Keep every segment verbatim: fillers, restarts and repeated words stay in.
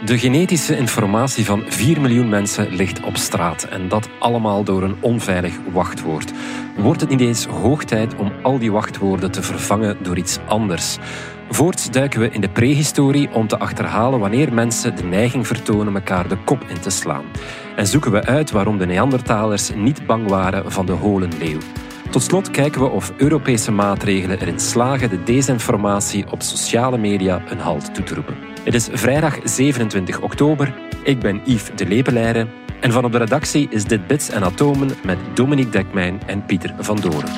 De genetische informatie van vier miljoen mensen ligt op straat. En dat allemaal door een onveilig wachtwoord. Wordt het niet eens hoog tijd om al die wachtwoorden te vervangen door iets anders? Voorts duiken we in de prehistorie om te achterhalen wanneer mensen de neiging vertonen elkaar de kop in te slaan. En zoeken we uit waarom de Neandertalers niet bang waren van de holenleeuw. Tot slot kijken we of Europese maatregelen erin slagen de desinformatie op sociale media een halt toe te roepen. Het is vrijdag zevenentwintig oktober. Ik ben Yves de Lepelaere. En van op de redactie is dit Bits en Atomen met Dominique Dekmijn en Pieter van Doren.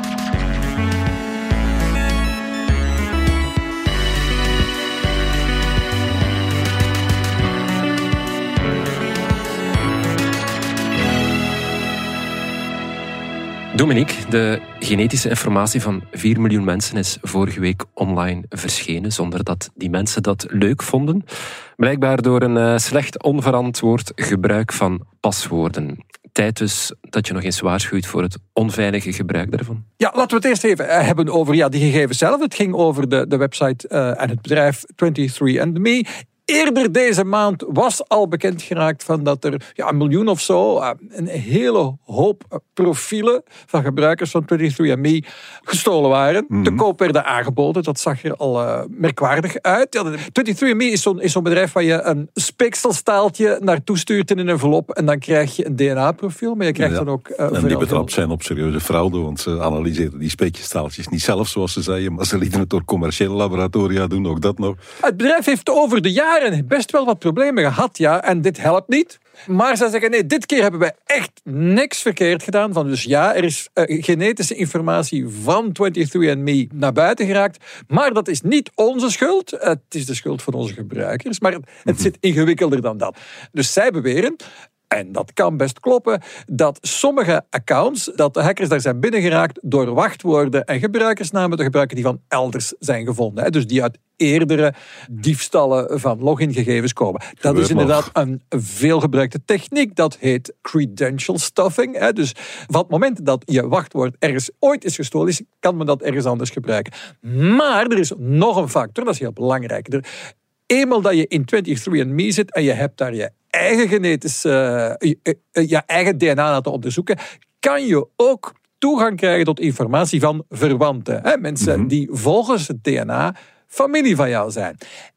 Dominique, de genetische informatie van vier miljoen mensen is vorige week online verschenen, zonder dat die mensen dat leuk vonden. Blijkbaar door een uh, slecht onverantwoord gebruik van paswoorden. Tijd dus dat je nog eens waarschuwt voor het onveilige gebruik daarvan. Ja, laten we het eerst even hebben over ja, die gegevens zelf. Het ging over de, de website uh, en het bedrijf twenty-three and me. Eerder deze maand was al bekend geraakt van dat er ja, een miljoen of zo, een hele hoop profielen van gebruikers van twenty-three and me gestolen waren. Mm-hmm. Te koop werden aangeboden. Dat zag er al uh, merkwaardig uit. Ja, twenty-three and me is zo'n, is zo'n bedrijf waar je een speekselstaaltje naartoe stuurt in een envelop en dan krijg je een D N A-profiel. Maar je krijgt ja, dan ook... Uh, en die betrapt zijn op serieuze fraude, want ze analyseerden die speekselstaaltjes niet zelf, zoals ze zeiden, maar ze lieten het door commerciële laboratoria doen, ook dat nog. Het bedrijf heeft over de jaren best wel wat problemen gehad, ja, en dit helpt niet. Maar ze zeggen, nee, dit keer hebben wij echt niks verkeerd gedaan. Van, dus ja, er is uh, genetische informatie van twenty-three and me naar buiten geraakt. Maar dat is niet onze schuld. Uh, het is de schuld van onze gebruikers. Maar het, het zit ingewikkelder dan dat. Dus zij beweren, en dat kan best kloppen, dat sommige accounts, dat de hackers daar zijn binnengeraakt door wachtwoorden en gebruikersnamen te gebruiken die van elders zijn gevonden. Hè? Dus die uit eerdere diefstallen van logingegevens komen. Dat Gebeurt is inderdaad nog. een veelgebruikte techniek. Dat heet credential stuffing. Hè? Dus van het moment dat je wachtwoord ergens ooit is gestolen is, kan men dat ergens anders gebruiken. Maar er is nog een factor, dat is heel belangrijk. Er, eenmaal dat je in twenty-three and me zit en je hebt daar je eigen genetische, uh, je, uh, je eigen D N A laten onderzoeken, kan je ook toegang krijgen tot informatie van verwanten. Hè? Mensen mm-hmm. die volgens het D N A familie van jou zijn.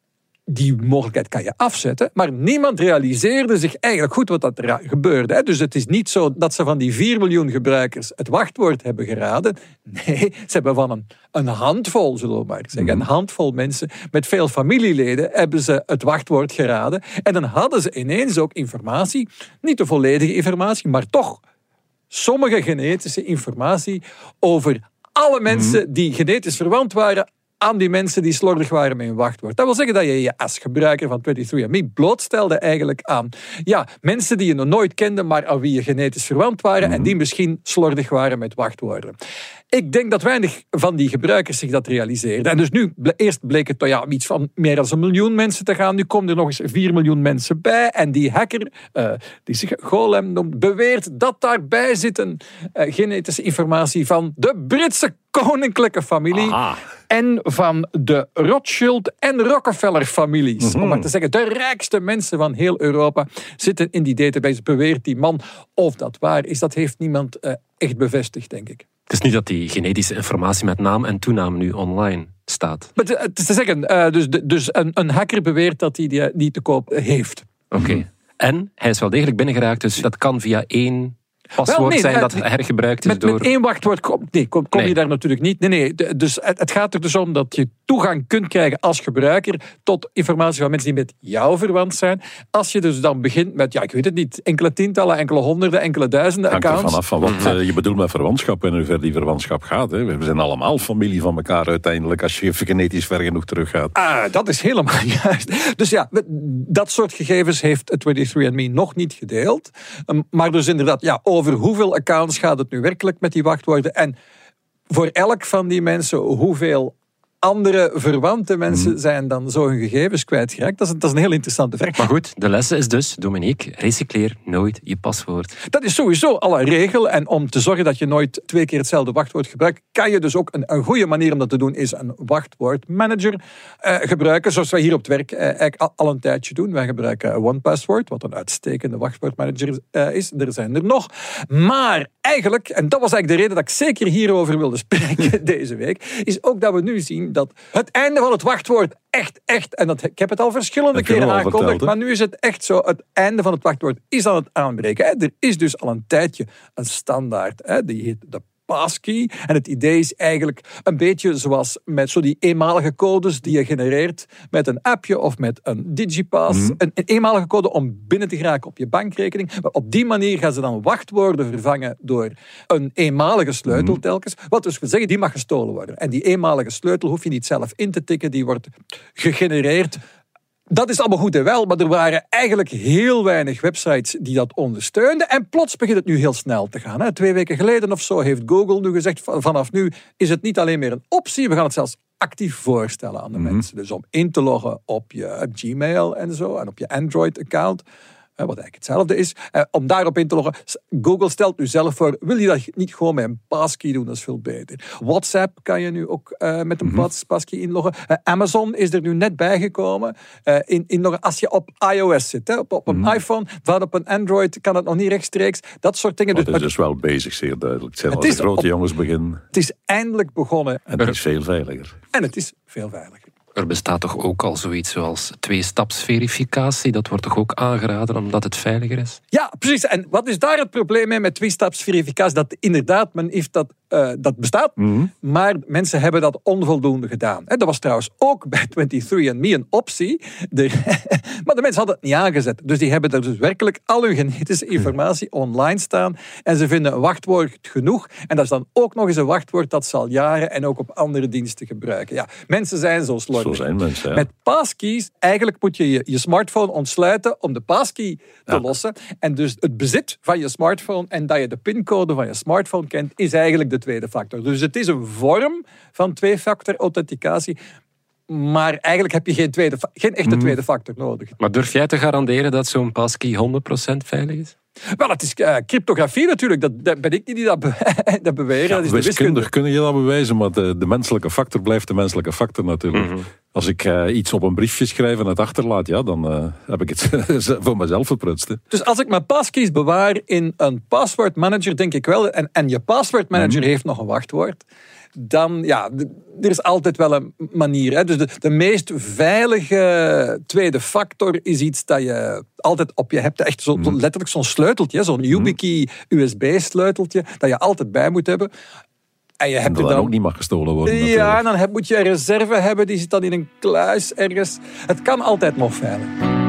Die mogelijkheid kan je afzetten, maar niemand realiseerde zich eigenlijk goed wat dat er gebeurde. Hè? Dus het is niet zo dat ze van die vier miljoen gebruikers het wachtwoord hebben geraden. Nee, ze hebben van een, een handvol, zullen we maar zeggen, een handvol mensen met veel familieleden hebben ze het wachtwoord geraden. En dan hadden ze ineens ook informatie, niet de volledige informatie, maar toch sommige genetische informatie over alle mensen die genetisch verwant waren aan die mensen die slordig waren met hun wachtwoord. Dat wil zeggen dat je je als gebruiker van twenty-three and me blootstelde eigenlijk aan ja, mensen die je nog nooit kende, maar aan wie je genetisch verwant waren mm-hmm. en die misschien slordig waren met wachtwoorden. Ik denk dat weinig van die gebruikers zich dat realiseerden. En dus nu, eerst bleek het ja, iets van meer dan een miljoen mensen te gaan. Nu komen er nog eens vier miljoen mensen bij. En die hacker, uh, die zich Golem noemt, beweert dat daarbij zit een uh, genetische informatie van de Britse koninklijke familie. Aha. En van de Rothschild en Rockefeller families. Mm-hmm. Om maar te zeggen, de rijkste mensen van heel Europa zitten in die database. Beweert die man. Of dat waar is, dat heeft niemand uh, echt bevestigd, denk ik. Het is niet dat die genetische informatie met naam en toenaam nu online staat. Maar het is te zeggen, uh, dus, dus een, een hacker beweert dat hij die niet te koop heeft. Oké. Okay. En hij is wel degelijk binnengeraakt, dus dat kan via één paswoord wel, nee, zijn dat uh, hergebruikt is met, door... Met één wachtwoord kom, nee, kom, kom nee. je daar natuurlijk niet. Nee, nee. De, dus het, het gaat er dus om dat je toegang kunt krijgen als gebruiker tot informatie van mensen die met jou verwant zijn. Als je dus dan begint met, ja, ik weet het niet, enkele tientallen, enkele honderden, enkele duizenden Hangt accounts. Hangt er vanaf van wat uh, je bedoelt met verwantschap en hoe ver die verwantschap gaat. Hè. We zijn allemaal familie van elkaar uiteindelijk als je genetisch ver genoeg teruggaat. Ah, dat is helemaal juist. Dus ja, dat soort gegevens heeft twenty-three and me nog niet gedeeld. Um, maar dus inderdaad, ja, over hoeveel accounts gaat het nu werkelijk met die wachtwoorden en voor elk van die mensen hoeveel andere verwante mensen zijn dan zo hun gegevens kwijtgeraakt? Dat is, dat is een heel interessante vraag. Maar goed, de les is dus, Dominique, recycleer nooit je paswoord. Dat is sowieso al een regel. En om te zorgen dat je nooit twee keer hetzelfde wachtwoord gebruikt, kan je dus ook een, een goede manier om dat te doen, is een wachtwoordmanager uh, gebruiken. Zoals wij hier op het werk uh, eigenlijk al, al een tijdje doen. Wij gebruiken one password, wat een uitstekende wachtwoordmanager uh, is. Er zijn er nog. Maar eigenlijk, en dat was eigenlijk de reden dat ik zeker hierover wilde spreken deze week, is ook dat we nu zien dat het einde van het wachtwoord echt, echt, en dat, ik heb het al verschillende keren aangekondigd, maar nu is het echt zo, het einde van het wachtwoord is aan het aanbreken. Er is dus al een tijdje een standaard, die heet de passkey. En het idee is eigenlijk een beetje zoals met zo die eenmalige codes die je genereert met een appje of met een digipass. Mm-hmm. Een, een eenmalige code om binnen te geraken op je bankrekening. Maar op die manier gaan ze dan wachtwoorden vervangen door een eenmalige sleutel mm-hmm. telkens. Wat dus wil zeggen, die mag gestolen worden. En die eenmalige sleutel hoef je niet zelf in te tikken. Die wordt gegenereerd. Dat is allemaal goed en wel, maar er waren eigenlijk heel weinig websites die dat ondersteunden. En plots begint het nu heel snel te gaan. Hè. Twee weken geleden of zo heeft Google nu gezegd, vanaf nu is het niet alleen meer een optie, we gaan het zelfs actief voorstellen aan de mm-hmm. mensen. Dus om in te loggen op je Gmail en zo, en op je Android-account, wat eigenlijk hetzelfde is, om daarop in te loggen. Google stelt nu zelf voor, wil je dat niet gewoon met een passkey doen? Dat is veel beter. WhatsApp kan je nu ook uh, met een mm-hmm. passkey inloggen. Uh, Amazon is er nu net bijgekomen. Uh, in, in, als je op iOS zit, hè, op, op een mm-hmm. iPhone, van op een Android kan het nog niet rechtstreeks. Dat soort dingen. Maar het is dus wel bezig, zeer duidelijk. Het zijn al de grote op, jongens beginnen. Het is eindelijk begonnen. En het is veel veiliger. En het is veel veiliger. Er bestaat toch ook al zoiets zoals tweestapsverificatie? Dat wordt toch ook aangeraden omdat het veiliger is? Ja, precies. En wat is daar het probleem mee met tweestapsverificatie? Dat inderdaad, men heeft dat, uh, dat bestaat, mm-hmm. maar mensen hebben dat onvoldoende gedaan. Dat was trouwens ook bij twenty-three and me een optie. De, maar de mensen hadden het niet aangezet. Dus die hebben er dus werkelijk al hun genetische informatie online staan en ze vinden een wachtwoord genoeg. En dat is dan ook nog eens een wachtwoord dat ze al jaren en ook op andere diensten gebruiken. Ja, mensen zijn zo slordig. Zo zijn mensen, ja. Met passkeys, eigenlijk moet je, je je smartphone ontsluiten om de passkey te ja. lossen. En dus het bezit van je smartphone en dat je de pincode van je smartphone kent, is eigenlijk de tweede factor. Dus het is een vorm van twee-factor authenticatie. Maar eigenlijk heb je geen, tweede, geen echte mm. tweede factor nodig. Maar durf jij te garanderen dat zo'n passkey honderd procent veilig is? Wel, het is uh, cryptografie natuurlijk. Dat, dat ben ik niet die dat, be- dat beweren. Ja, dat is de wiskunde. Kun je dat bewijzen, maar de, de menselijke factor blijft de menselijke factor natuurlijk. Mm-hmm. Als ik uh, iets op een briefje schrijf en het achterlaat, ja, dan uh, heb ik het voor mezelf verprutst. Hè. Dus als ik mijn passkeys bewaar in een passwordmanager, denk ik wel, en, en je passwordmanager mm-hmm. heeft nog een wachtwoord, dan, ja, er is altijd wel een manier. Hè. Dus de, de meest veilige tweede factor is iets dat je altijd op je hebt. Echt zo, zo letterlijk zo'n sleuteltje, zo'n YubiKey U S B-sleuteltje, dat je altijd bij moet hebben. En je hebt en dat dan ook niet mag gestolen worden. Ja, natuurlijk. en dan heb, moet je een reserve hebben, die zit dan in een kluis ergens. Het kan altijd nog veilig.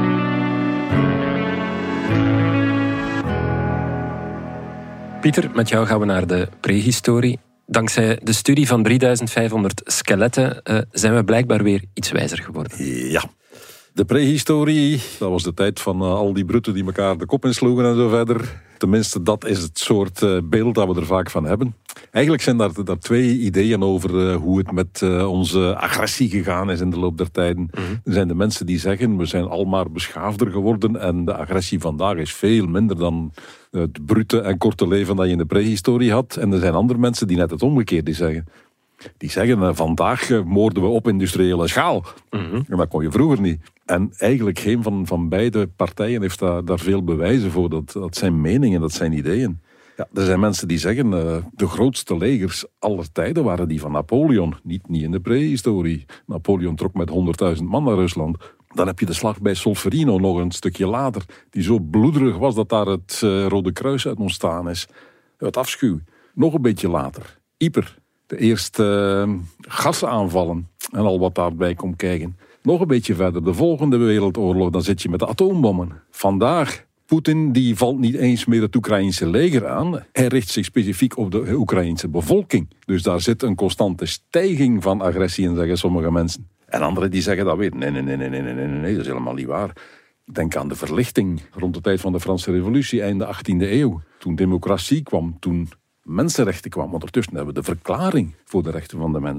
Pieter, met jou gaan we naar de prehistorie. Dankzij de studie van drieduizend vijfhonderd skeletten uh, zijn we blijkbaar weer iets wijzer geworden. Ja. De prehistorie, dat was de tijd van uh, al die bruten die elkaar de kop insloegen en zo verder. Tenminste, dat is het soort uh, beeld dat we er vaak van hebben. Eigenlijk zijn daar, daar twee ideeën over uh, hoe het met uh, onze agressie gegaan is in de loop der tijden. Mm-hmm. Er zijn de mensen die zeggen, we zijn al maar beschaafder geworden en de agressie vandaag is veel minder dan het brute en korte leven dat je in de prehistorie had. En er zijn andere mensen die net het omgekeerde zeggen. Die zeggen, uh, vandaag uh, moorden we op industriële schaal. Mm-hmm. En dat kon je vroeger niet. En eigenlijk geen van, van beide partijen heeft daar, daar veel bewijzen voor. Dat, dat zijn meningen, dat zijn ideeën. Ja, er zijn mensen die zeggen, uh, de grootste legers aller tijden waren die van Napoleon. Niet, niet in de prehistorie. Napoleon trok met honderdduizend man naar Rusland. Dan heb je de slag bij Solferino nog een stukje later. Die zo bloederig was dat daar het uh, Rode Kruis uit ontstaan is. Het afschuw. Nog een beetje later. Yper. De eerste uh, gasaanvallen en al wat daarbij komt kijken. Nog een beetje verder, de volgende wereldoorlog, dan zit je met de atoombommen. Vandaag, Poetin die valt niet eens meer het Oekraïense leger aan. Hij richt zich specifiek op de Oekraïense bevolking. Dus daar zit een constante stijging van agressie in, zeggen sommige mensen. En anderen die zeggen dat weer. Nee, nee, nee, nee, nee, nee, nee, nee, dat is helemaal niet waar. Denk aan de verlichting rond de tijd van de Franse Revolutie, einde achttiende eeuw. Toen democratie kwam, toen mensenrechten kwam. Ondertussen hebben we de verklaring voor de rechten van de mens.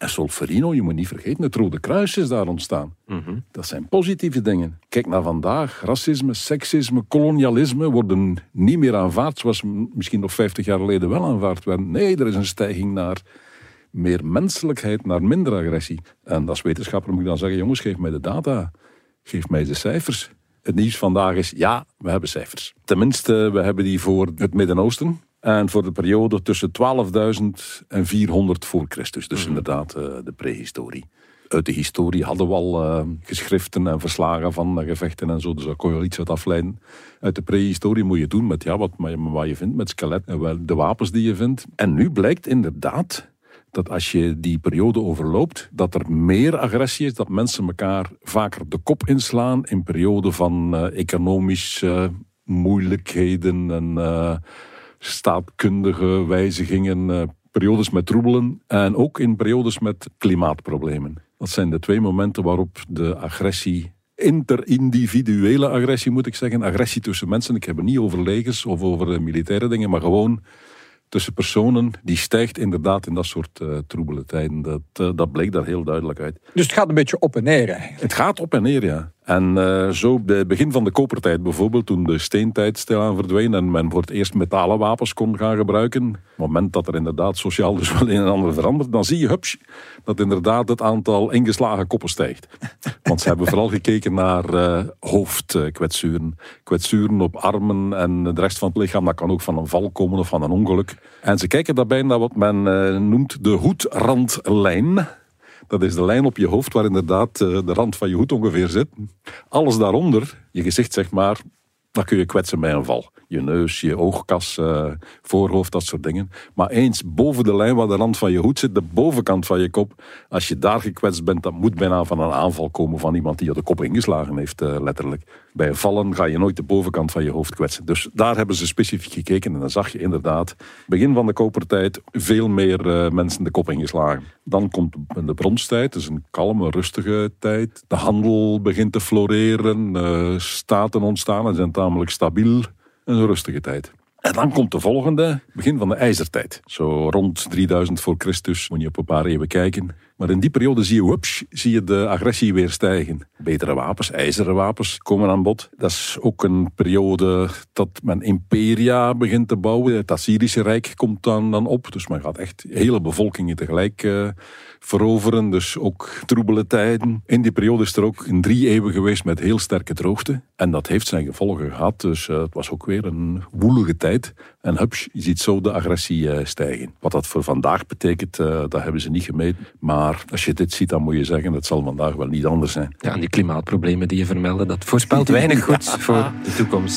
En Solferino, je moet niet vergeten, het Rode Kruis is daar ontstaan. Mm-hmm. Dat zijn positieve dingen. Kijk naar vandaag. Racisme, seksisme, kolonialisme worden niet meer aanvaard zoals misschien nog vijftig jaar geleden wel aanvaard werden. Nee, er is een stijging naar meer menselijkheid, naar minder agressie. En als wetenschapper moet ik dan zeggen, jongens, geef mij de data. Geef mij de cijfers. Het nieuws vandaag is, ja, we hebben cijfers. Tenminste, we hebben die voor het Midden-Oosten. En voor de periode tussen twaalfduizend en vierhonderd voor Christus. Dus mm-hmm. inderdaad uh, de prehistorie. Uit de historie hadden we al uh, geschriften en verslagen van uh, gevechten en zo. Dus daar kon je wel iets uit afleiden. Uit de prehistorie moet je doen met ja, wat, wat je vindt, met skeletten, de wapens die je vindt. En nu blijkt inderdaad dat als je die periode overloopt, dat er meer agressie is, dat mensen elkaar vaker de kop inslaan in perioden van uh, economische uh, moeilijkheden en uh, staatkundige wijzigingen, uh, periodes met troebelen en ook in periodes met klimaatproblemen. Dat zijn de twee momenten waarop de agressie, interindividuele agressie moet ik zeggen, agressie tussen mensen, ik heb het niet over legers of over uh, militaire dingen, maar gewoon tussen personen, die stijgt inderdaad in dat soort uh, troebele tijden. Dat, uh, dat bleek daar heel duidelijk uit. Dus het gaat een beetje op en neer eigenlijk? Het gaat op en neer, ja. En uh, zo bij het begin van de kopertijd bijvoorbeeld, toen de steentijd stilaan verdween en men voor het eerst metalen wapens kon gaan gebruiken, op het moment dat er inderdaad sociaal dus wel een en ander verandert, dan zie je, hups, dat inderdaad het aantal ingeslagen koppen stijgt. Want ze hebben vooral gekeken naar uh, hoofdkwetsuren. Kwetsuren op armen en de rest van het lichaam, dat kan ook van een val komen of van een ongeluk. En ze kijken daarbij naar wat men uh, noemt de hoedrandlijn. Dat is de lijn op je hoofd waar inderdaad de rand van je hoed ongeveer zit. Alles daaronder, je gezicht zeg maar, dat kun je kwetsen bij een val. Je neus, je oogkas, uh, voorhoofd, dat soort dingen. Maar eens boven de lijn waar de rand van je hoed zit, de bovenkant van je kop, als je daar gekwetst bent, dat moet bijna van een aanval komen van iemand die je de kop ingeslagen heeft, uh, letterlijk. Bij een vallen ga je nooit de bovenkant van je hoofd kwetsen. Dus daar hebben ze specifiek gekeken en dan zag je inderdaad, begin van de kopertijd, veel meer uh, mensen de kop ingeslagen. Dan komt de bronstijd, dus een kalme, rustige tijd. De handel begint te floreren, uh, staten ontstaan en zijn tamelijk stabiel. Een rustige tijd. En dan komt de volgende, begin van de ijzertijd. Zo rond drieduizend voor Christus, moet je op een paar eeuwen kijken. Maar in die periode zie je, whoops, zie je de agressie weer stijgen. Betere wapens, ijzeren wapens komen aan bod. Dat is ook een periode dat men imperia begint te bouwen. Het Assyrische Rijk komt dan, dan op. Dus men gaat echt hele bevolkingen tegelijk uh, veroveren. Dus ook troebele tijden. In die periode is er ook een drie eeuwen geweest met heel sterke droogte. En dat heeft zijn gevolgen gehad. Dus uh, het was ook weer een woelige tijd. En hups, je ziet zo de agressie uh, stijgen. Wat dat voor vandaag betekent, uh, dat hebben ze niet gemeten. Maar als je dit ziet, dan moet je zeggen, het zal vandaag wel niet anders zijn. Ja, en die klimaatproblemen die je vermeldde, dat voorspelt weinig goeds ja. voor de toekomst.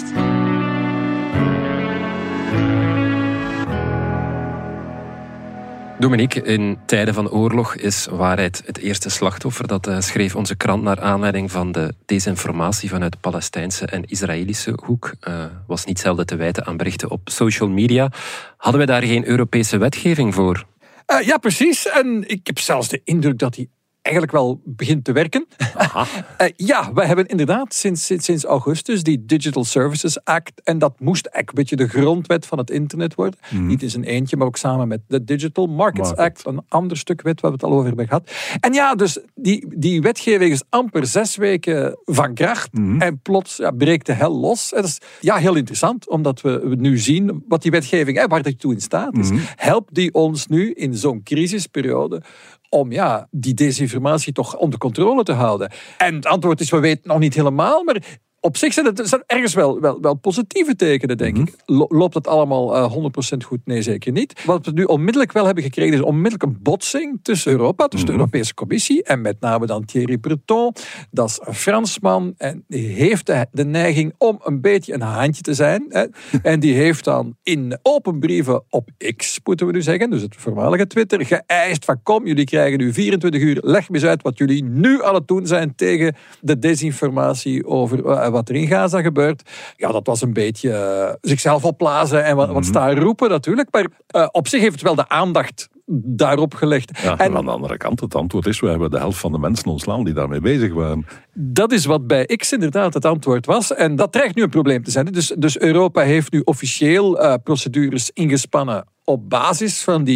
Dominique, in tijden van oorlog is waarheid het eerste slachtoffer. Dat uh, schreef onze krant naar aanleiding van de desinformatie vanuit de Palestijnse en Israëlische hoek. Uh, was niet zelden te wijten aan berichten op social media. Hadden we daar geen Europese wetgeving voor? Uh, ja, precies. En ik heb zelfs de indruk dat die eigenlijk wel begint te werken. uh, ja, wij hebben inderdaad sinds, sinds, sinds augustus die Digital Services Act. En dat moest eigenlijk een beetje de grondwet van het internet worden. Mm-hmm. Niet in zijn eentje, maar ook samen met de Digital Markets Market. Act. Een ander stuk wet waar we het al over hebben gehad. En ja, dus die, die wetgeving is amper zes weken van kracht. Mm-hmm. En plots ja, breekt de hel los. En dat is ja, heel interessant, omdat we, we nu zien wat die wetgeving, hè, waar die toe in staat is. Mm-hmm. Helpt die ons nu in zo'n crisisperiode om ja, die desinformatie toch onder controle te houden? En het antwoord is, we weten nog niet helemaal, maar op zich zijn er ergens wel, wel, wel positieve tekenen, denk mm-hmm. ik. Loopt het allemaal uh, honderd procent goed? Nee, zeker niet. Wat we nu onmiddellijk wel hebben gekregen, is onmiddellijk een botsing tussen Europa, tussen mm-hmm. de Europese Commissie en met name dan Thierry Breton. Dat is een Fransman en die heeft de, de neiging om een beetje een haantje te zijn. Hè. En die heeft dan in open brieven op X, moeten we nu zeggen, dus het voormalige Twitter, geëist van kom, jullie krijgen nu vierentwintig uur, leg me eens uit wat jullie nu aan het doen zijn tegen de desinformatie over uh, wat er in Gaza gebeurt. Ja, dat was een beetje uh, zichzelf opblazen en wat, wat staan roepen natuurlijk. Maar uh, op zich heeft het wel de aandacht daarop gelegd. Ja, en aan de andere kant, het antwoord is, we hebben de helft van de mensen in ons land die daarmee bezig waren. Dat is wat bij X inderdaad het antwoord was. En dat dreigt nu een probleem te zijn. Dus, dus Europa heeft nu officieel uh, procedures ingespannen op basis van die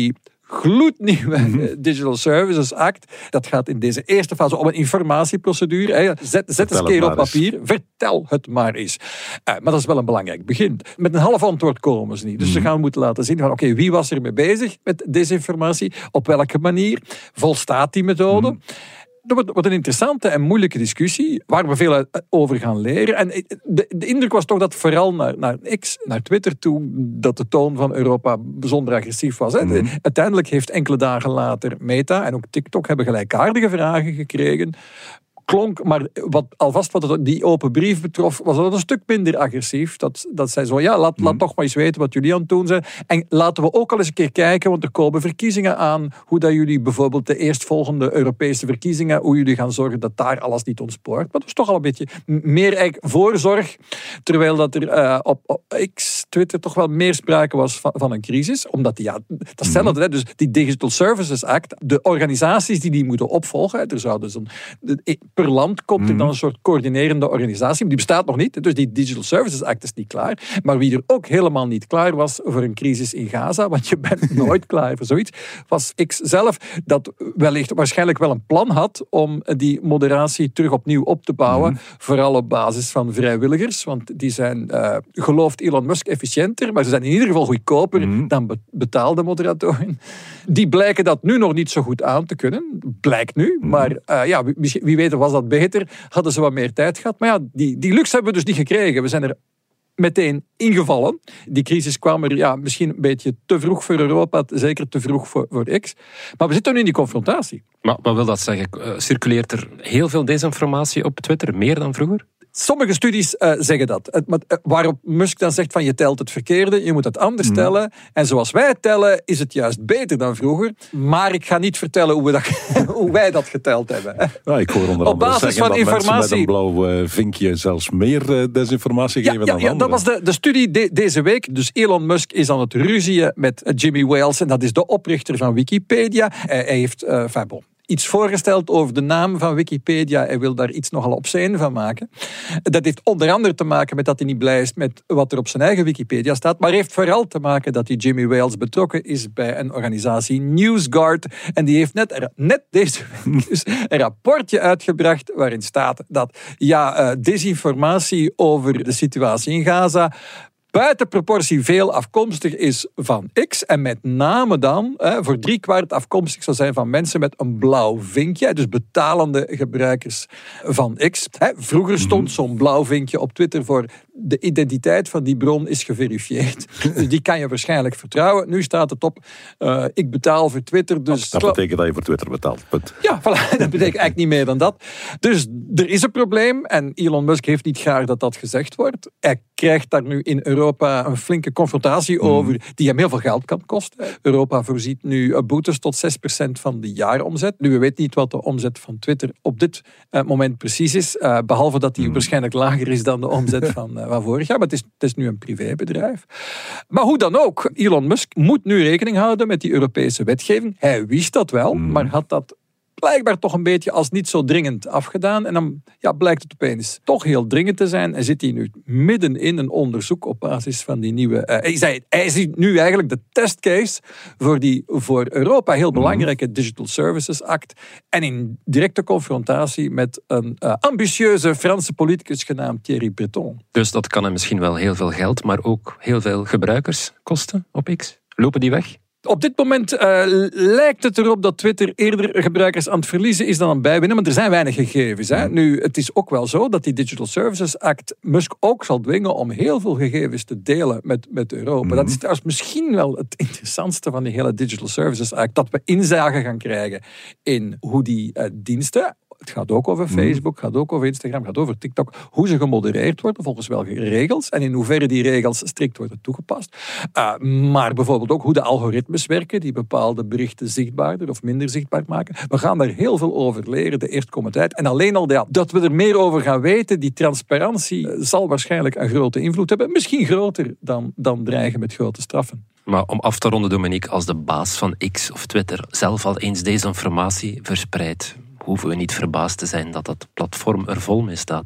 gloednieuwe mm-hmm. Digital Services Act. Dat gaat in deze eerste fase om een informatieprocedure. Hè. Zet, zet eens een keer op papier. Eens. Vertel het maar eens. Uh, maar dat is wel een belangrijk begin. Met een half antwoord komen ze niet. Dus mm-hmm. ze gaan moeten laten zien van oké, okay, wie was er mee bezig met desinformatie? Op welke manier? Volstaat die methode? Mm-hmm. Dat wordt een interessante en moeilijke discussie, waar we veel over gaan leren. En de, de indruk was toch dat vooral naar, naar X, naar Twitter toe, dat de toon van Europa bijzonder agressief was. Hè. Mm-hmm. Uiteindelijk heeft enkele dagen later Meta en ook TikTok hebben gelijkaardige vragen gekregen. Klonk, maar wat, alvast wat het, die open brief betrof, was dat een stuk minder agressief. Dat, dat zij zo, ja, laat, mm. laat toch maar eens weten wat jullie aan het doen zijn. En laten we ook al eens een keer kijken, want er komen verkiezingen aan, hoe dat jullie bijvoorbeeld de eerstvolgende Europese verkiezingen, hoe jullie gaan zorgen dat daar alles niet ontspoort. Maar dat is toch al een beetje meer eigenlijk voorzorg, terwijl dat er uh, op, op X, Twitter, toch wel meer sprake was van, van een crisis. Omdat die, ja, dat is hetzelfde, mm. dus die Digital Services Act, de organisaties die die moeten opvolgen, er zou dus een... De, per land komt er dan een soort coördinerende organisatie. Die bestaat nog niet, dus die Digital Services Act is niet klaar. Maar wie er ook helemaal niet klaar was voor een crisis in Gaza, want je bent nooit klaar voor zoiets, was X zelf, dat wellicht waarschijnlijk wel een plan had om die moderatie terug opnieuw op te bouwen. Mm-hmm. Vooral op basis van vrijwilligers, want die zijn, uh, gelooft Elon Musk, efficiënter, maar ze zijn in ieder geval goedkoper mm-hmm. dan be- betaalde moderatoren. Die blijken dat nu nog niet zo goed aan te kunnen. Blijkt nu, mm-hmm. maar uh, ja, wie, wie weet was dat beter, hadden ze wat meer tijd gehad. Maar ja, die, die luxe hebben we dus niet gekregen. We zijn er meteen ingevallen. Die crisis kwam er ja, misschien een beetje te vroeg voor Europa, zeker te vroeg voor, voor X. Maar we zitten nu in die confrontatie. Maar wat wil dat zeggen? Uh, circuleert er heel veel desinformatie op Twitter, meer dan vroeger? Sommige studies uh, zeggen dat. Uh, waarop Musk dan zegt van je telt het verkeerde, je moet het anders mm. tellen. En zoals wij het tellen, is het juist beter dan vroeger. Maar ik ga niet vertellen hoe, we dat, hoe wij dat geteld hebben. Ja, ik hoor onder Op basis van dat informatie mensen met een blauw uh, vinkje zelfs meer uh, desinformatie ja, geven ja, dan ja, anderen. Dat was de, de studie de, deze week. Dus Elon Musk is aan het ruzieën met Jimmy Wales. En dat is de oprichter van Wikipedia. Hij, hij heeft... Uh, enfin, bon, iets voorgesteld over de naam van Wikipedia. Hij wil daar iets nogal obscene van maken. Dat heeft onder andere te maken met dat hij niet blij is met wat er op zijn eigen Wikipedia staat, maar heeft vooral te maken dat die Jimmy Wales betrokken is bij een organisatie NewsGuard. En die heeft net, net deze week dus een rapportje uitgebracht waarin staat dat ja, uh, desinformatie over de situatie in Gaza buiten proportie veel afkomstig is van X. En met name dan hè, voor driekwart afkomstig zou zijn van mensen met een blauw vinkje. Dus betalende gebruikers van X. Hè, vroeger stond zo'n blauw vinkje op Twitter voor de identiteit van die bron is geverifieerd. Dus die kan je waarschijnlijk vertrouwen. Nu staat het op, uh, ik betaal voor Twitter. Dus dat betekent dat je voor Twitter betaalt. Punt. Ja, voilà, dat betekent eigenlijk niet meer dan dat. Dus er is een probleem en Elon Musk heeft niet graag dat dat gezegd wordt. Hij krijgt daar nu in Europa een flinke confrontatie over mm. die hem heel veel geld kan kosten. Europa voorziet nu boetes tot zes procent van de jaaromzet. Nu, we weten niet wat de omzet van Twitter op dit uh, moment precies is, uh, behalve dat die mm. waarschijnlijk lager is dan de omzet van, uh, van vorig jaar, maar het is, het is nu een privébedrijf. Maar hoe dan ook, Elon Musk moet nu rekening houden met die Europese wetgeving. Hij wist dat wel, mm. maar had dat blijkbaar toch een beetje als niet zo dringend afgedaan. En dan ja, blijkt het opeens toch heel dringend te zijn. En zit hij nu midden in een onderzoek op basis van die nieuwe... Uh, hij, zei, hij is nu eigenlijk de testcase voor die voor Europa heel belangrijke mm-hmm. Digital Services Act. En in directe confrontatie met een uh, ambitieuze Franse politicus genaamd Thierry Breton. Dus dat kan hem misschien wel heel veel geld, maar ook heel veel gebruikers kosten op X. Lopen die weg? Op dit moment uh, lijkt het erop dat Twitter eerder gebruikers aan het verliezen is dan aan het bijwinnen, maar er zijn weinig gegevens. Hè. Nu, het is ook wel zo dat die Digital Services Act Musk ook zal dwingen om heel veel gegevens te delen met, met Europa. Mm-hmm. Dat is trouwens misschien wel het interessantste van die hele Digital Services Act, dat we inzage gaan krijgen in hoe die uh, diensten, het gaat ook over Facebook, het gaat ook over Instagram, het gaat over TikTok, hoe ze gemodereerd worden volgens welke regels en in hoeverre die regels strikt worden toegepast. Uh, maar bijvoorbeeld ook hoe de algoritmes werken die bepaalde berichten zichtbaarder of minder zichtbaar maken. We gaan daar heel veel over leren de eerstkomende tijd. En alleen al ja, dat we er meer over gaan weten, die transparantie uh, zal waarschijnlijk een grote invloed hebben. Misschien groter dan, dan dreigen met grote straffen. Maar om af te ronden, Dominique, als de baas van X of Twitter zelf al eens desinformatie verspreidt, hoeven we niet verbaasd te zijn dat dat platform er vol mee staat, toch?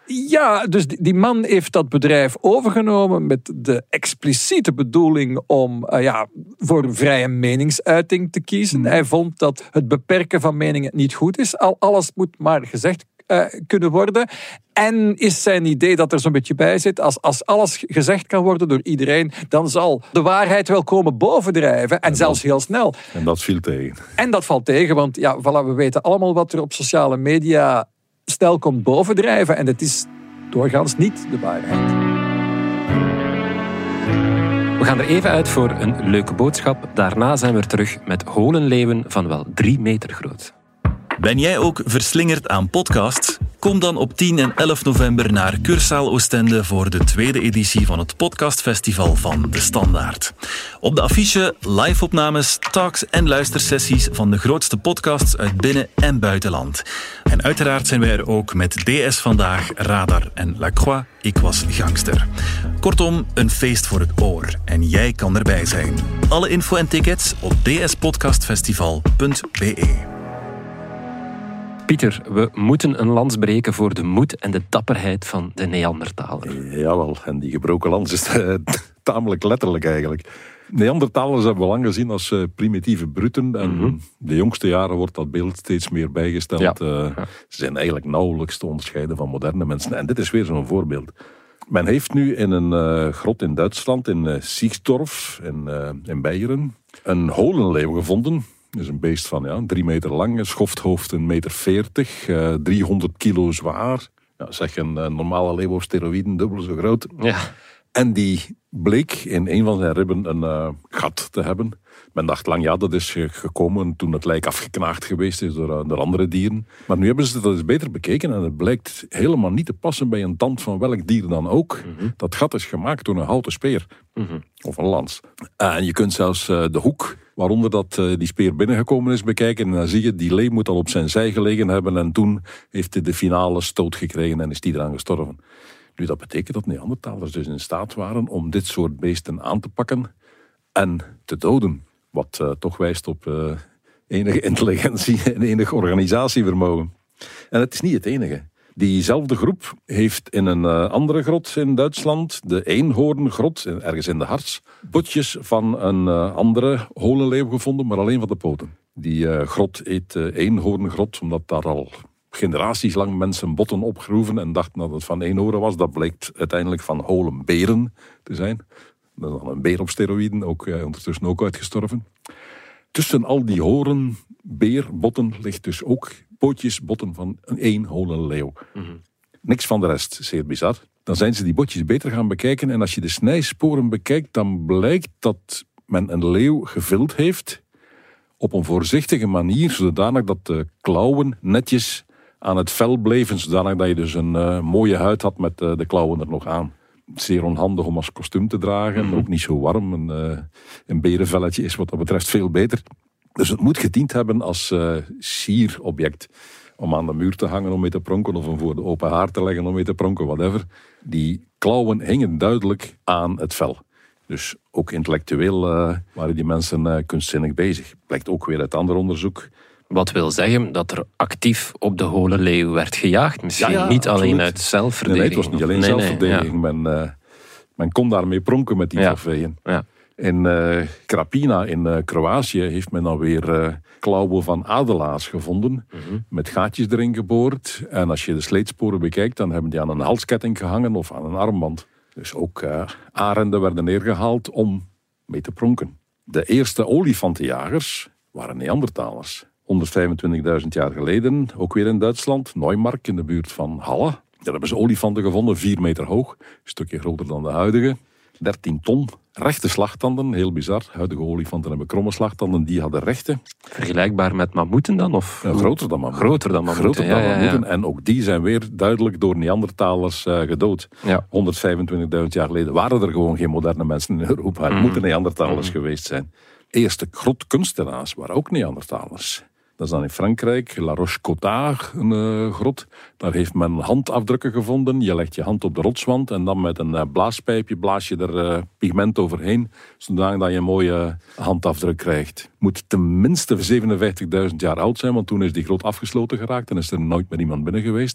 Ja, dus die, die man heeft dat bedrijf overgenomen met de expliciete bedoeling om uh, ja, voor vrije meningsuiting te kiezen. Mm. Hij vond dat het beperken van meningen niet goed is. Al, alles moet maar gezegd uh, kunnen worden. En is zijn idee dat er zo'n beetje bij zit, als, als alles gezegd kan worden door iedereen, dan zal de waarheid wel komen bovendrijven. En, en zelfs dat, heel snel. En dat viel tegen. En dat valt tegen, want ja, voilà, we weten allemaal wat er op sociale media snel komt bovendrijven. En het is doorgaans niet de waarheid. We gaan er even uit voor een leuke boodschap. Daarna zijn we terug met holenleeuwen van wel drie meter groot. Ben jij ook verslingerd aan podcasts? Kom dan op tien en elf november naar Cursaal Oostende voor de tweede editie van het podcastfestival van De Standaard. Op de affiche live-opnames, talks en luistersessies van de grootste podcasts uit binnen- en buitenland. En uiteraard zijn wij er ook met D S Vandaag, Radar en La Croix, Ik Was Gangster. Kortom, een feest voor het oor. En jij kan erbij zijn. Alle info en tickets op d s podcastfestival punt b e. Pieter, we moeten een lans breken voor de moed en de dapperheid van de Neandertaler. Jawel, en die gebroken lans is uh, tamelijk letterlijk eigenlijk. Neandertalers hebben we lang gezien als uh, primitieve bruten. En mm-hmm. de jongste jaren wordt dat beeld steeds meer bijgesteld. Ja. Uh, ja. Ze zijn eigenlijk nauwelijks te onderscheiden van moderne mensen. En dit is weer zo'n voorbeeld. Men heeft nu in een uh, grot in Duitsland, in uh, Siegsdorf, in, uh, in Beieren, een holenleeuw gevonden. Dat is een beest van ja, drie meter lang, een schofthoofd een meter veertig, uh, driehonderd kilo zwaar. Ja, zeg een uh, normale leeuw op steroïden, dubbel zo groot. Ja. En die bleek in een van zijn ribben een uh, gat te hebben. Men dacht lang, ja, dat is gekomen toen het lijk afgeknaagd geweest is door, uh, door andere dieren. Maar nu hebben ze dat eens beter bekeken en het blijkt helemaal niet te passen bij een tand van welk dier dan ook. Mm-hmm. Dat gat is gemaakt door een houten speer. Mm-hmm. Of een lans. Uh, en je kunt zelfs uh, de hoek waaronder dat, uh, die speer binnengekomen is bekijken. En dan zie je, die leeuw moet al op zijn zij gelegen hebben. En toen heeft hij de finale stoot gekregen en is die eraan gestorven. Nu, dat betekent dat Neandertalers dus in staat waren om dit soort beesten aan te pakken en te doden. Wat uh, toch wijst op uh, enige intelligentie en enig organisatievermogen. En het is niet het enige. Diezelfde groep heeft in een uh, andere grot in Duitsland, de Eenhoorngrot, ergens in de Harz, botjes van een uh, andere holenleeuw gevonden, maar alleen van de poten. Die uh, grot heet uh, Eenhoorngrot, omdat daar al generaties lang mensen botten opgroeven en dachten dat het van eenhoorn was. Dat blijkt uiteindelijk van holenberen te zijn. Dat is dan een beer op steroïden, ook uh, ondertussen ook uitgestorven. Tussen al die horen, beerbotten ligt dus ook pootjes, botten van een één holenleeuw. Mm-hmm. Niks van de rest, zeer bizar. Dan zijn ze die botjes beter gaan bekijken en als je de snijsporen bekijkt, dan blijkt dat men een leeuw gevild heeft op een voorzichtige manier, zodanig dat de klauwen netjes aan het vel bleven, zodanig dat je dus een uh, mooie huid had met uh, de klauwen er nog aan. Zeer onhandig om als kostuum te dragen, mm-hmm. ook niet zo warm. Een, uh, een berenvelletje is wat dat betreft veel beter. Dus het moet gediend hebben als uh, sierobject. Om aan de muur te hangen om mee te pronken, of om voor de open haard te leggen om mee te pronken, whatever. Die klauwen hingen duidelijk aan het vel. Dus ook intellectueel uh, waren die mensen uh, kunstzinnig bezig. Blijkt ook weer uit ander onderzoek. Wat wil zeggen dat er actief op de holenleeuw werd gejaagd. Misschien ja, ja, niet absoluut. Alleen uit zelfverdediging. Nee, nee, het was niet alleen nee, zelfverdediging. Nee, ja. men, uh, men kon daarmee pronken met die ja. trofeeën. Ja. In uh, Krapina in uh, Kroatië heeft men dan weer uh, klauwen van adelaars gevonden. Mm-hmm. Met gaatjes erin geboord. En als je de sleetsporen bekijkt, dan hebben die aan een halsketting gehangen of aan een armband. Dus ook uh, arenden werden neergehaald om mee te pronken. De eerste olifantenjagers waren Neandertalers. honderdvijfentwintigduizend jaar geleden, ook weer in Duitsland, Neumark in de buurt van Halle. Daar hebben ze olifanten gevonden, vier meter hoog, een stukje groter dan de huidige. dertien ton, rechte slagtanden, heel bizar. Huidige olifanten hebben kromme slagtanden, die hadden rechte. Vergelijkbaar met mammoeten dan? Of? Ja, groter dan mammoeten. Groter dan mammoeten, groter dan ja, mammoeten. Ja, ja. En ook die zijn weer duidelijk door Neandertalers uh, gedood. Ja. honderdvijfentwintigduizend jaar geleden waren er gewoon geen moderne mensen in Europa. Het mm. moeten Neandertalers mm. geweest zijn. Eerste grotkunstenaars waren ook Neandertalers. Dat is dan in Frankrijk, La Roche-Cotard, een uh, grot. Daar heeft men handafdrukken gevonden. Je legt je hand op de rotswand en dan met een uh, blaaspijpje blaas je er uh, pigment overheen, zodat je een mooie handafdruk krijgt. Moet tenminste zevenenvijftigduizend jaar oud zijn, want toen is die grot afgesloten geraakt en is er nooit meer iemand binnen geweest.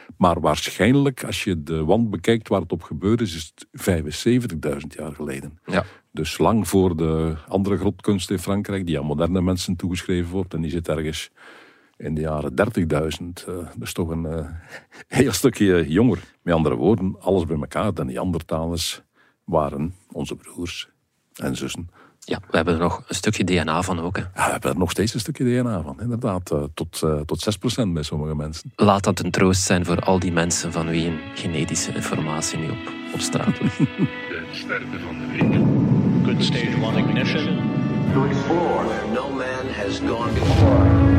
Maar waarschijnlijk, als je de wand bekijkt waar het op gebeurd is, is het vijfenzeventigduizend jaar geleden. Ja. Dus lang voor de andere grotkunst in Frankrijk, die aan moderne mensen toegeschreven wordt. En die zit ergens in de jaren dertigduizend. Uh, dus toch een uh, heel stukje jonger. Met andere woorden, alles bij elkaar. De Neandertalers waren onze broers en zussen. Ja, we hebben er nog een stukje D N A van ook. Hè. Ja, we hebben er nog steeds een stukje D N A van. Inderdaad, uh, tot, uh, tot zes procent bij sommige mensen. Laat dat een troost zijn voor al die mensen van wie een genetische informatie nu op, op straat ligt. De sterren van de week. Good stage one ignition. To explore where no man has gone before.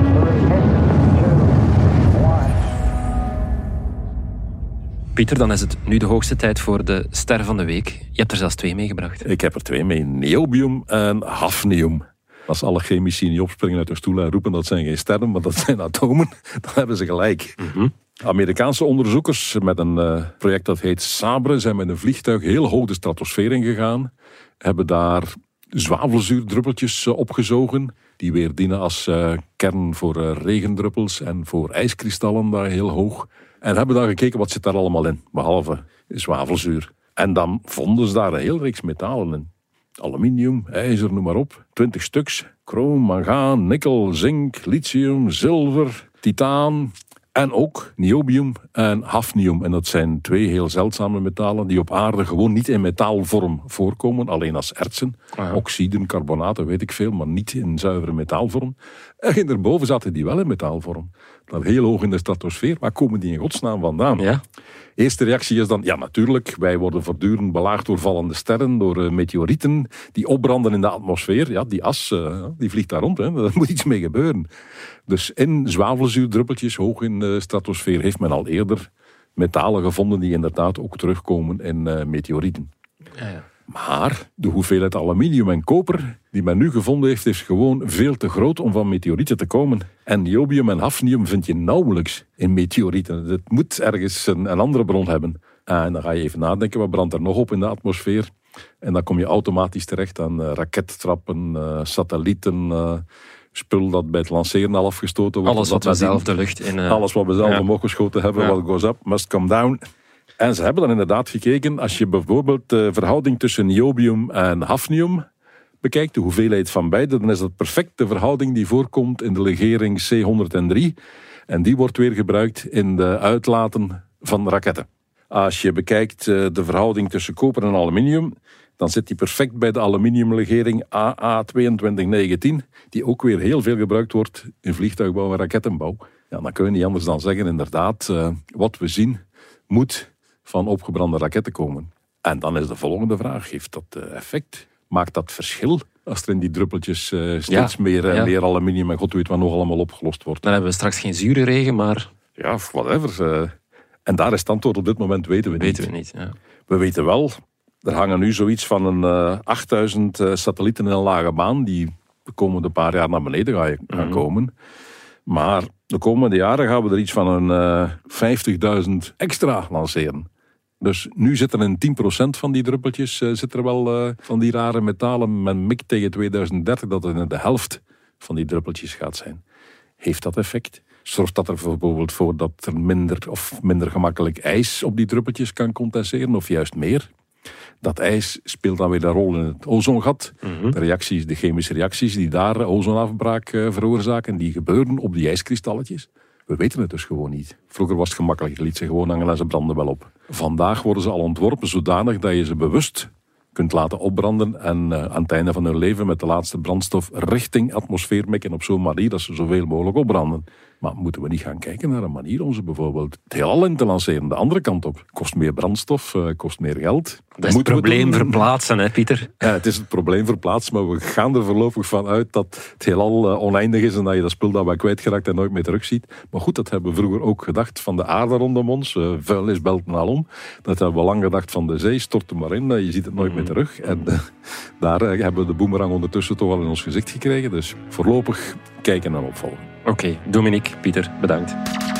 Pieter, dan is het nu de hoogste tijd voor de ster van de week. Je hebt er zelfs twee meegebracht. Ik heb er twee mee. Niobium en hafnium. Als alle chemici niet opspringen uit hun stoel en roepen dat zijn geen sterren, maar dat zijn atomen, dan hebben ze gelijk. Mm-hmm. Amerikaanse onderzoekers met een uh, project dat heet SABRE zijn met een vliegtuig heel hoog de stratosfeer ingegaan. Hebben daar zwavelzuurdruppeltjes uh, opgezogen. Die weer dienen als uh, kern voor uh, regendruppels en voor ijskristallen daar heel hoog. En hebben dan gekeken wat zit daar allemaal in, behalve zwavelzuur. En dan vonden ze daar een heel reeks metalen in. Aluminium, ijzer, noem maar op. Twintig stuks. Chroom, mangaan, nikkel, zink, lithium, zilver, titaan. En ook niobium en hafnium. En dat zijn twee heel zeldzame metalen die op aarde gewoon niet in metaalvorm voorkomen. Alleen als ertsen. Ah. Oxiden, carbonaten, weet ik veel, maar niet in zuivere metaalvorm. En daarboven zaten die wel in metaalvorm. Daar heel hoog in de stratosfeer. Waar komen die in godsnaam vandaan? Ja. Eerste reactie is dan, ja natuurlijk, wij worden voortdurend belaagd door vallende sterren, door uh, meteorieten die opbranden in de atmosfeer. Ja, die as, uh, die vliegt daar rond, hè. Daar moet iets mee gebeuren. Dus in zwavelzuurdruppeltjes hoog in de stratosfeer heeft men al eerder metalen gevonden die inderdaad ook terugkomen in uh, meteorieten. Ja, ja. Maar de hoeveelheid aluminium en koper die men nu gevonden heeft, is gewoon veel te groot om van meteorieten te komen. En niobium en hafnium vind je nauwelijks in meteorieten. Het moet ergens een, een andere bron hebben. En dan ga je even nadenken, wat brandt er nog op in de atmosfeer? En dan kom je automatisch terecht aan uh, rakettrappen, uh, satellieten, uh, spul dat bij het lanceren al afgestoten wordt. Alles wat we dat zelf de lucht in... Uh... Alles wat we zelf ja. omhoog geschoten hebben, Ja. what goes up must come down. En ze hebben dan inderdaad gekeken, als je bijvoorbeeld de verhouding tussen niobium en hafnium bekijkt, de hoeveelheid van beide, dan is dat perfect de verhouding die voorkomt in de legering C honderddrie. En die wordt weer gebruikt in de uitlaten van raketten. Als je bekijkt de verhouding tussen koper en aluminium, dan zit die perfect bij de aluminiumlegering A A tweeëntwintig negentien, die ook weer heel veel gebruikt wordt in vliegtuigbouw en rakettenbouw. Ja, dan kun je niet anders dan zeggen, inderdaad, uh, wat we zien moet van opgebrande raketten komen. En dan is de volgende vraag, heeft dat uh, effect? Maakt dat verschil als er in die druppeltjes uh, steeds Ja, meer, uh, ja. meer aluminium en god weet wat nog allemaal opgelost wordt? Dan hebben we straks geen zure regen, maar Ja, whatever. Uh, en daar is het antwoord op dit moment weten we niet. weten we niet. Ja. We weten wel, er hangen nu zoiets van een uh, achtduizend uh, satellieten in een lage baan, die de komende paar jaar naar beneden gaan, gaan Mhm. komen. Maar de komende jaren gaan we er iets van een uh, vijftigduizend extra lanceren. Dus nu zit er in tien procent van die druppeltjes uh, zit er wel uh, van die rare metalen. Men mikt tegen tweeduizend dertig dat het in de helft van die druppeltjes gaat zijn. Heeft dat effect? Zorgt dat er bijvoorbeeld voor dat er minder of minder gemakkelijk ijs op die druppeltjes kan condenseren of juist meer? Dat ijs speelt dan weer een rol in het ozongat. Mhm. De reacties, de chemische reacties die daar ozonafbraak uh, veroorzaken, die gebeuren op die ijskristalletjes. We weten het dus gewoon niet. Vroeger was het gemakkelijk, je liet ze gewoon hangen en ze branden wel op. Vandaag worden ze al ontworpen zodanig dat je ze bewust kunt laten opbranden en uh, aan het einde van hun leven met de laatste brandstof richting atmosfeer mikken op zo'n manier dat ze zoveel mogelijk opbranden. Maar moeten we niet gaan kijken naar een manier om ze bijvoorbeeld het heelal in te lanceren, de andere kant op. Kost meer brandstof, uh, kost meer geld. Dat is het Moeten we probleem doen. verplaatsen, hè, Pieter? Ja, het is het probleem verplaatst, maar we gaan er voorlopig van uit dat het heelal uh, oneindig is en dat je dat spul dat wij kwijtgeraakt en nooit meer terugziet. Maar goed, dat hebben we vroeger ook gedacht van de aarde rondom ons. Uh, vuilnis belt en alom. Dat hebben we lang gedacht van de zee, stort er maar in, uh, je ziet het nooit meer terug. En uh, daar uh, hebben we de boemerang ondertussen toch al in ons gezicht gekregen. Dus voorlopig kijken en opvolgen. Oké, okay, Dominique, Pieter, bedankt.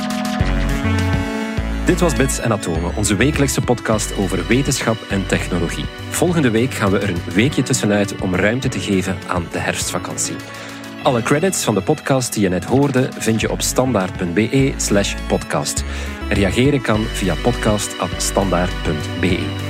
Dit was Bits en Atomen, onze wekelijkse podcast over wetenschap en technologie. Volgende week gaan we er een weekje tussenuit om ruimte te geven aan de herfstvakantie. Alle credits van de podcast die je net hoorde vind je op standaard.be slash podcast. Reageren kan via podcast at standaard punt be.